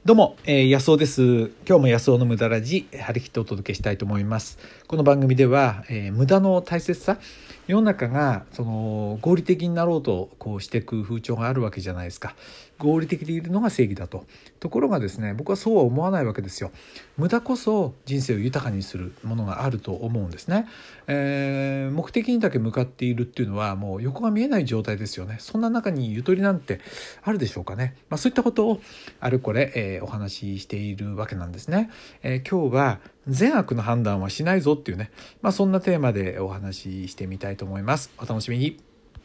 どうも、安尾です。今日も安尾の無駄ラジ張り切ってお届けしたいと思います。この番組では、無駄の大切さ、世の中が合理的になろうとしていく風潮があるわけじゃないですか。合理的でいるのが正義だと。ところがですね、僕はそうは思わないわけですよ。無駄こそ人生を豊かにするものがあると思うんですね。目的にだけ向かっているっていうのはもう横が見えない状態ですよね。そんな中にゆとりなんてあるでしょうかね。そういったことをあれこれ、お話ししているわけなんですね。今日は善悪の判断はしないぞっていうね、そんなテーマでお話ししてみたいと思います。お楽しみに。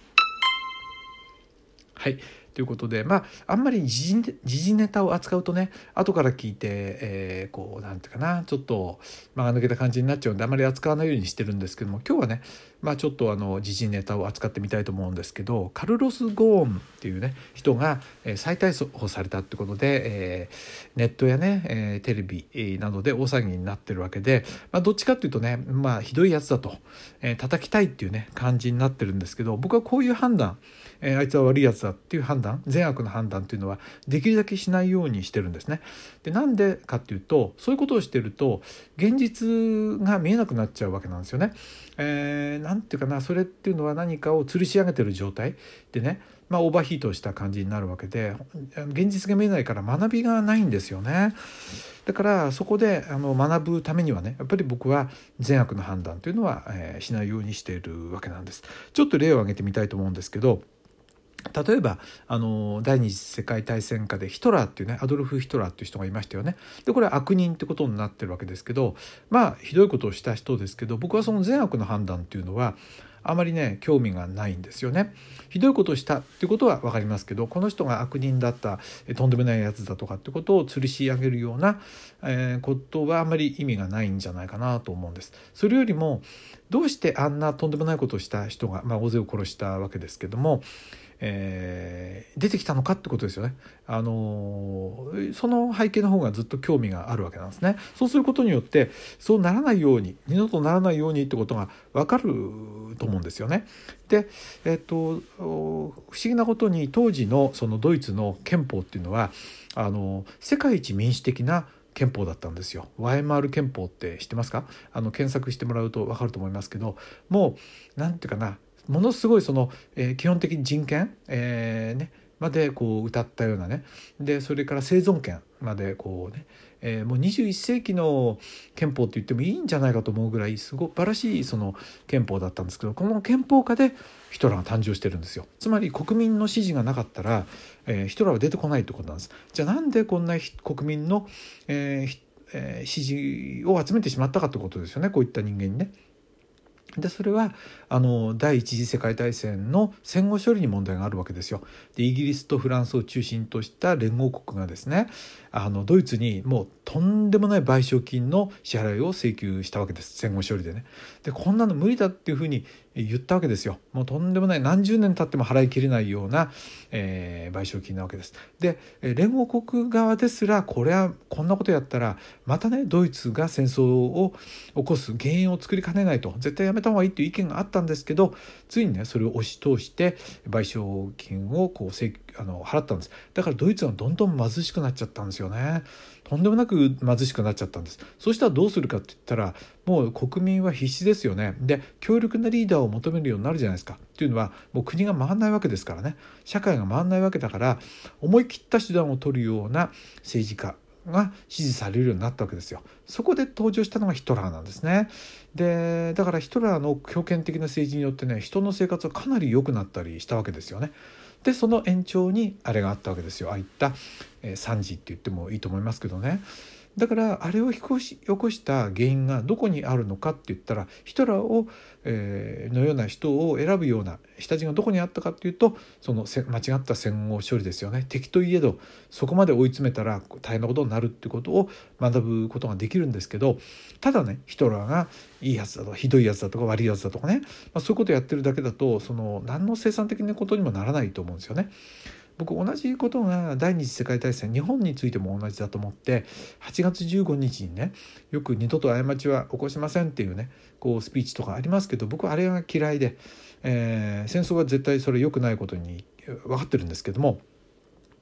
はい。ということで、あんまり時事ネタを扱うとね、後から聞いて、なんていうかな、ちょっと間が抜けた感じになっちゃうんで、あまり扱わないようにしてるんですけども、今日はね、ちょっと時事ネタを扱ってみたいと思うんですけど、カルロス・ゴーンっていうね、人が再逮捕されたってことで、ネットやね、テレビなどで大騒ぎになってるわけで、どっちかっていうとね、ひどいやつだと、叩きたいっていうね、感じになってるんですけど、僕はこういう判断、あいつは悪いやつだっていう判断、善悪の判断っていうのはできるだけしないようにしてるんですね。で、なんでかっていうと、そういうことをしてると現実が見えなくなっちゃうわけなんですよね。なんていうかな、それっていうのは何かを吊るし上げてる状態でね、オーバーヒートした感じになるわけで、現実が見えないから学びがないんですよね。だからそこで学ぶためにはね、やっぱり僕は善悪の判断というのは、しないようにしているわけなんです。ちょっと例を挙げてみたいと思うんですけど、例えば第二次世界大戦下でヒトラーっていうね、アドルフ・ヒトラーっていう人がいましたよね。でこれは悪人ってことになってるわけですけど、ひどいことをした人ですけど、僕はその善悪の判断っていうのはあまりね興味がないんですよね。ひどいことをしたっていうことは分かりますけど、この人が悪人だった、とんでもないやつだとかってことを吊るし上げるような、ことはあまり意味がないんじゃないかなと思うんです。それよりもどうしてあんなとんでもないことをした人が、大勢を殺したわけですけども、出てきたのかってことですよね。その背景の方がずっと興味があるわけなんですね。そうすることによってそうならないように、二度とならないようにってことが分かると思うんですよね。で、不思議なことに当時のそのドイツの憲法っていうのは世界一民主的な憲法だったんですよ。ワイマール憲法って知ってますか？検索してもらうと分かると思いますけど、もうなんていうかな、ものすごい基本的に人権、まで歌ったようなね。でそれから生存権までもう21世紀の憲法って言ってもいいんじゃないかと思うぐらいすごい素晴らしい憲法だったんですけど、この憲法下でヒトラーが誕生してるんですよ。つまり国民の支持がなかったら、ヒトラーは出てこないってことなんです。じゃあなんでこんな国民の、支持を集めてしまったかってことですよね、こういった人間にね。でそれは第一次世界大戦の戦後処理に問題があるわけですよ。でイギリスとフランスを中心とした連合国がですね、ドイツにもうとんでもない賠償金の支払いを請求したわけです、戦後処理でね。でこんなの無理だっていうふうに言ったわけですよ。もうとんでもない、何十年経っても払いきれないような、賠償金なわけです。で連合国側ですらこれはこんなことやったらまたねドイツが戦争を起こす原因を作りかねないと、絶対やめた方がいいという意見があったんですけど、ついにねそれを押し通して賠償金を払ったんです。だからドイツはどんどん貧しくなっちゃったんですよね。とんでもなく貧しくなっちゃったんです。そうしたらどうするかって言ったら、もう国民は必死ですよね。で強力なリーダーを求めるようになるじゃないですか。っていうのはもう国が回らないわけですからね、社会が回らないわけだから、思い切った手段を取るような政治家が支持されるようになったわけですよ。そこで登場したのがヒトラーなんですね。でだからヒトラーの強権的な政治によってね、人の生活はかなり良くなったりしたわけですよね。でその延長にあれがあったわけですよ。ああいった、惨事って言ってもいいと思いますけどね。だからあれを起こした原因がどこにあるのかって言ったら、ヒトラーのような人を選ぶような下地がどこにあったかっていうと、間違った戦後処理ですよね。敵といえどそこまで追い詰めたら大変なことになるってことを学ぶことができるんですけど、ただねヒトラーがいいやつだとかひどいやつだとか悪いやつだとかね、そういうことをやってるだけだと何の生産的なことにもならないと思うんですよね。僕同じことが第二次世界大戦日本についても同じだと思って、8月15日にねよく二度と過ちは起こしませんっていうねスピーチとかありますけど、僕はあれが嫌いで、戦争は絶対それ良くないことに分かってるんですけども、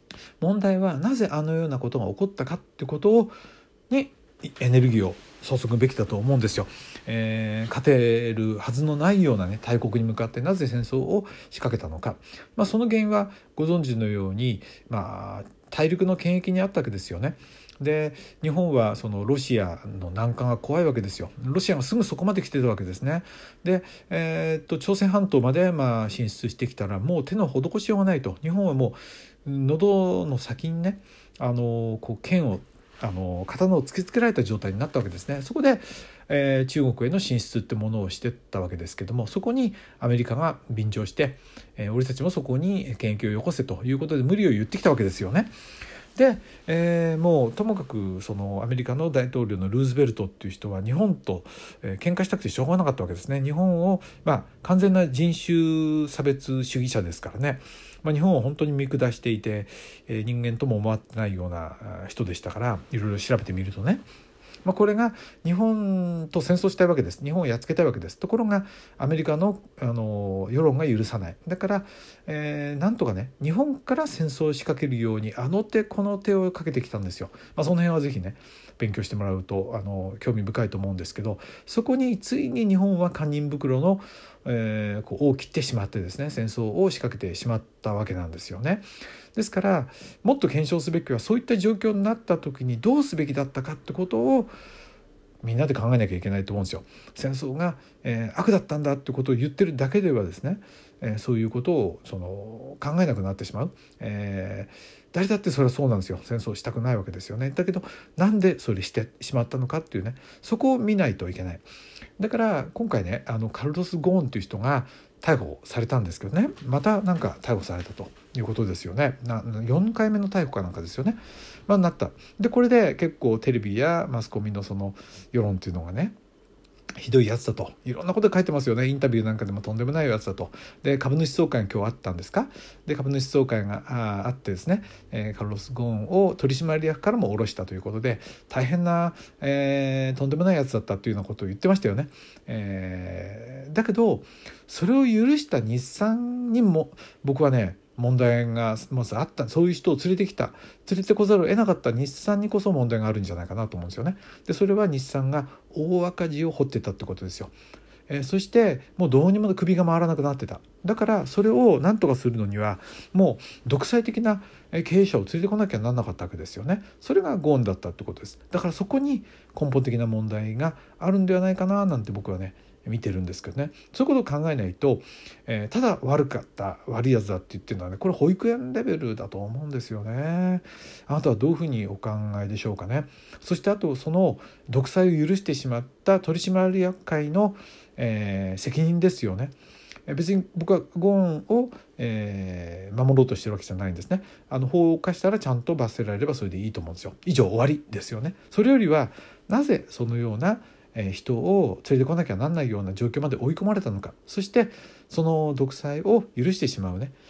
問題はなぜあのようなことが起こったかってことにエネルギーを注ぐべきだと思うんですよ。勝てるはずのないようなね大国に向かってなぜ戦争を仕掛けたのか、その原因はご存知のように、大陸の権益にあったわけですよね。で日本はそのロシアの南下が怖いわけですよ。ロシアがすぐそこまで来てるわけですね。で、朝鮮半島まで進出してきたらもう手の施しようがないと。日本はもう喉の先にね剣を刀を突きつけられた状態になったわけですね。そこで、中国への進出ってものをしてったわけですけども、そこにアメリカが便乗して、俺たちもそこに権益をよこせということで無理を言ってきたわけですよね。で、もうともかくそのアメリカの大統領のルーズベルトっていう人は日本と、喧嘩したくてしょうがなかったわけですね。日本を、完全な人種差別主義者ですからね。日本を本当に見下していて、人間とも思わってないような人でしたから、いろいろ調べてみるとね、これが日本と戦争したいわけです。日本をやっつけたいわけです。ところがアメリカの、世論が許さない。だから、なんとかね日本から戦争を仕掛けるようにあの手この手をかけてきたんですよ。その辺はぜひね勉強してもらうと興味深いと思うんですけど、そこについに日本は堪忍袋の、尾を切ってしまってですね戦争を仕掛けてしまったわけなんですよね。ですからもっと検証すべきはそういった状況になった時にどうすべきだったかってことをみんなで考えなきゃいけないと思うんですよ。戦争が、悪だったんだってことを言ってるだけではですね、そういうことを考えなくなってしまう、誰だってそれはそうなんですよ。戦争したくないわけですよね。だけどなんでそれしてしまったのかっていうねそこを見ないといけない。だから今回ねカルロス・ゴーンという人が逮捕されたんですけどね、またなんか逮捕されたということですよね。4回目の逮捕かなんかですよね。なった。でこれで結構テレビやマスコミのその世論っていうのがねひどいやつだといろんなこと書いてますよね。インタビューなんかでもとんでもないやつだと。で株主総会が今日あったんですか。で株主総会があってですね、カルロス・ゴーンを取締役からも下ろしたということで大変な、とんでもないやつだったというようなことを言ってましたよね。だけどそれを許した日産にも僕はね問題がまずあった。そういう人を連れてこざるを得なかった日産にこそ問題があるんじゃないかなと思うんですよね。でそれは日産が大赤字を掘ってたってことですよ。そしてもうどうにも首が回らなくなってた。だからそれを何とかするのにはもう独裁的な経営者を連れてこなきゃならなかったわけですよね。それがゴーンだったってことです。だからそこに根本的な問題があるんではないかななんて僕はね見てるんですけどね。そういうことを考えないと、ただ悪いやつだって言ってるのはねこれ保育園レベルだと思うんですよね。あなたはどういうふうにお考えでしょうかね。そしてあとその独裁を許してしまった取締役会の、責任ですよね。別に僕はゴーンを、守ろうとしてるわけじゃないんですね。法を犯したらちゃんと罰せられればそれでいいと思うんですよ。以上終わりですよね。それよりはなぜそのような人を連れてこなきゃなんないような状況まで追い込まれたのか。そしてその独裁を許してしまうね、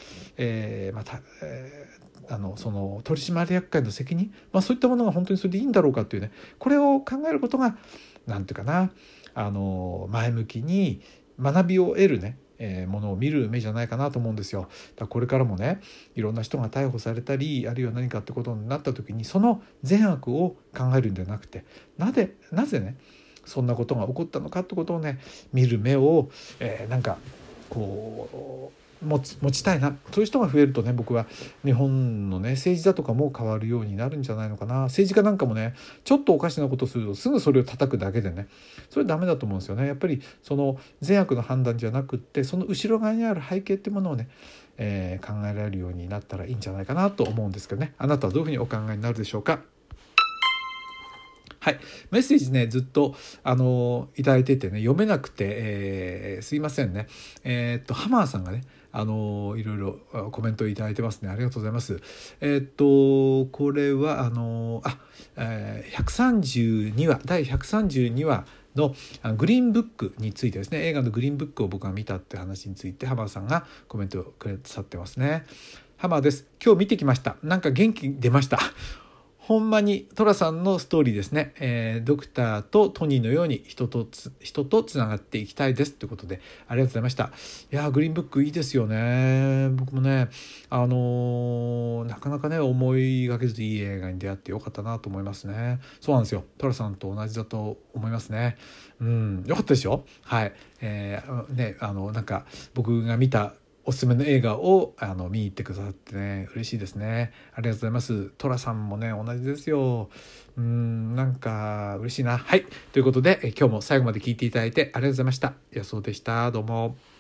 その取締役会の責任、そういったものが本当にそれでいいんだろうかというねこれを考えることがなんていうかな前向きに学びを得るねものを見る目じゃないかなと思うんですよ。だからこれからもねいろんな人が逮捕されたりあるいは何かってことになった時にその善悪を考えるんじゃなくてなぜねそんなことが起こったのかってことをね見る目を、なんかこう持ちたいな。そういう人が増えるとね僕は日本のね政治だとかも変わるようになるんじゃないのかな。政治家なんかもねちょっとおかしなことをするとすぐそれを叩くだけでねそれダメだと思うんですよね。やっぱりその善悪の判断じゃなくってその後ろ側にある背景っていうものをね、考えられるようになったらいいんじゃないかなと思うんですけどね。あなたはどういうふうにお考えになるでしょうか。はい、メッセージねずっといただいててね読めなくて、すいませんね。ハマーさんがねいろいろコメントをいただいてますね。ありがとうございます。これは132話第132話のグリーンブックについてですね映画のグリーンブックを僕が見たって話についてハマーさんがコメントをくださってますね。ハマーです。今日見てきました。なんか元気出ました。 ほんまに寅さんのストーリーですね、ドクターとトニーのように人とつながっていきたいですということで、ありがとうございました。いやグリーンブックいいですよね。僕もねなかなかね思いがけずいい映画に出会ってよかったなと思いますね。そうなんですよ、寅さんと同じだと思いますね。よかったですよ。はい。なんか僕が見たおすすめの映画を見に行ってくださってね嬉しいですね。ありがとうございます。寅さんもね同じですよ。なんか嬉しいな。はい、ということで今日も最後まで聞いていただいてありがとうございました。安尾でした。どうも。